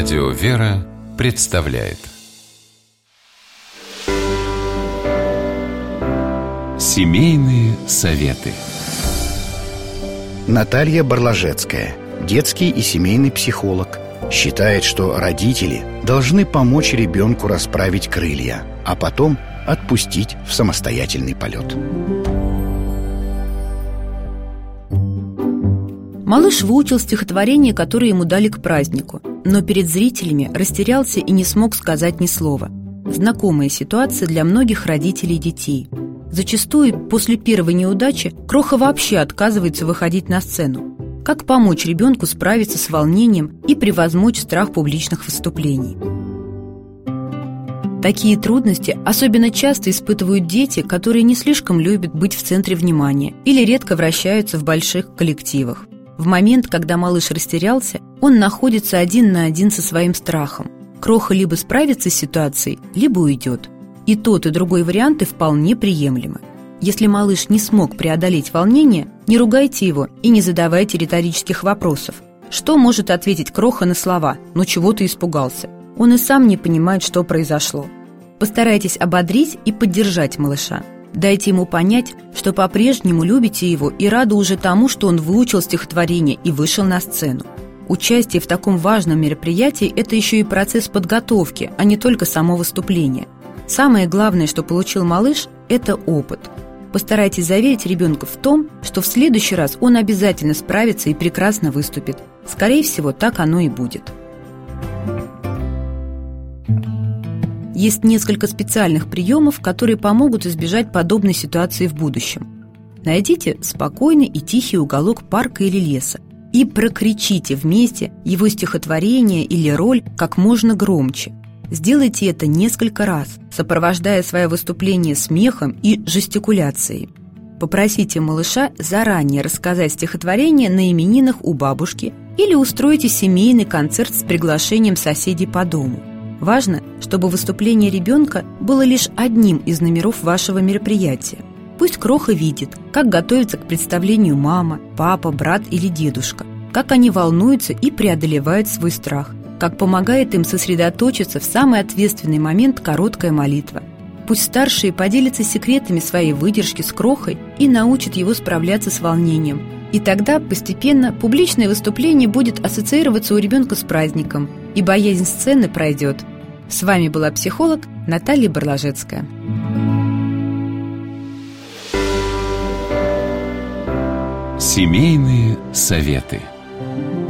Радио «Вера» представляет Семейные советы. Наталья Барложецкая, детский и семейный психолог, считает, что родители должны помочь ребенку расправить крылья, а потом отпустить в самостоятельный полет. Малыш выучил стихотворение, которое ему дали к празднику, но перед зрителями растерялся и не смог сказать ни слова. Знакомая ситуация для многих родителей детей. Зачастую после первой неудачи Кроха вообще отказывается выходить на сцену. Как помочь ребенку справиться с волнением и превозмочь страх публичных выступлений? Такие трудности особенно часто испытывают дети, которые не слишком любят быть в центре внимания или редко вращаются в больших коллективах. В момент, когда малыш растерялся, он находится один на один со своим страхом. Кроха либо справится с ситуацией, либо уйдет. И тот, и другой варианты вполне приемлемы. Если малыш не смог преодолеть волнение, не ругайте его и не задавайте риторических вопросов. Что может ответить Кроха на слова «ну чего ты испугался?» Он и сам не понимает, что произошло. Постарайтесь ободрить и поддержать малыша. Дайте ему понять, что по-прежнему любите его и рады уже тому, что он выучил стихотворение и вышел на сцену. Участие в таком важном мероприятии – это еще и процесс подготовки, а не только само выступление. Самое главное, что получил малыш – это опыт. Постарайтесь заверить ребенка в том, что в следующий раз он обязательно справится и прекрасно выступит. Скорее всего, так оно и будет. Есть несколько специальных приемов, которые помогут избежать подобной ситуации в будущем. Найдите спокойный и тихий уголок парка или леса и прокричите вместе его стихотворение или роль как можно громче. Сделайте это несколько раз, сопровождая свое выступление смехом и жестикуляцией. Попросите малыша заранее рассказать стихотворение на именинах у бабушки или устройте семейный концерт с приглашением соседей по дому. Важно, чтобы выступление ребенка было лишь одним из номеров вашего мероприятия. Пусть Кроха видит, как готовится к представлению мама, папа, брат или дедушка, как они волнуются и преодолевают свой страх, как помогает им сосредоточиться в самый ответственный момент короткая молитва. Пусть старшие поделятся секретами своей выдержки с Крохой и научат его справляться с волнением. И тогда постепенно публичное выступление будет ассоциироваться у ребенка с праздником, и боязнь сцены пройдет. С вами была психолог Наталья Барложецкая. Семейные советы.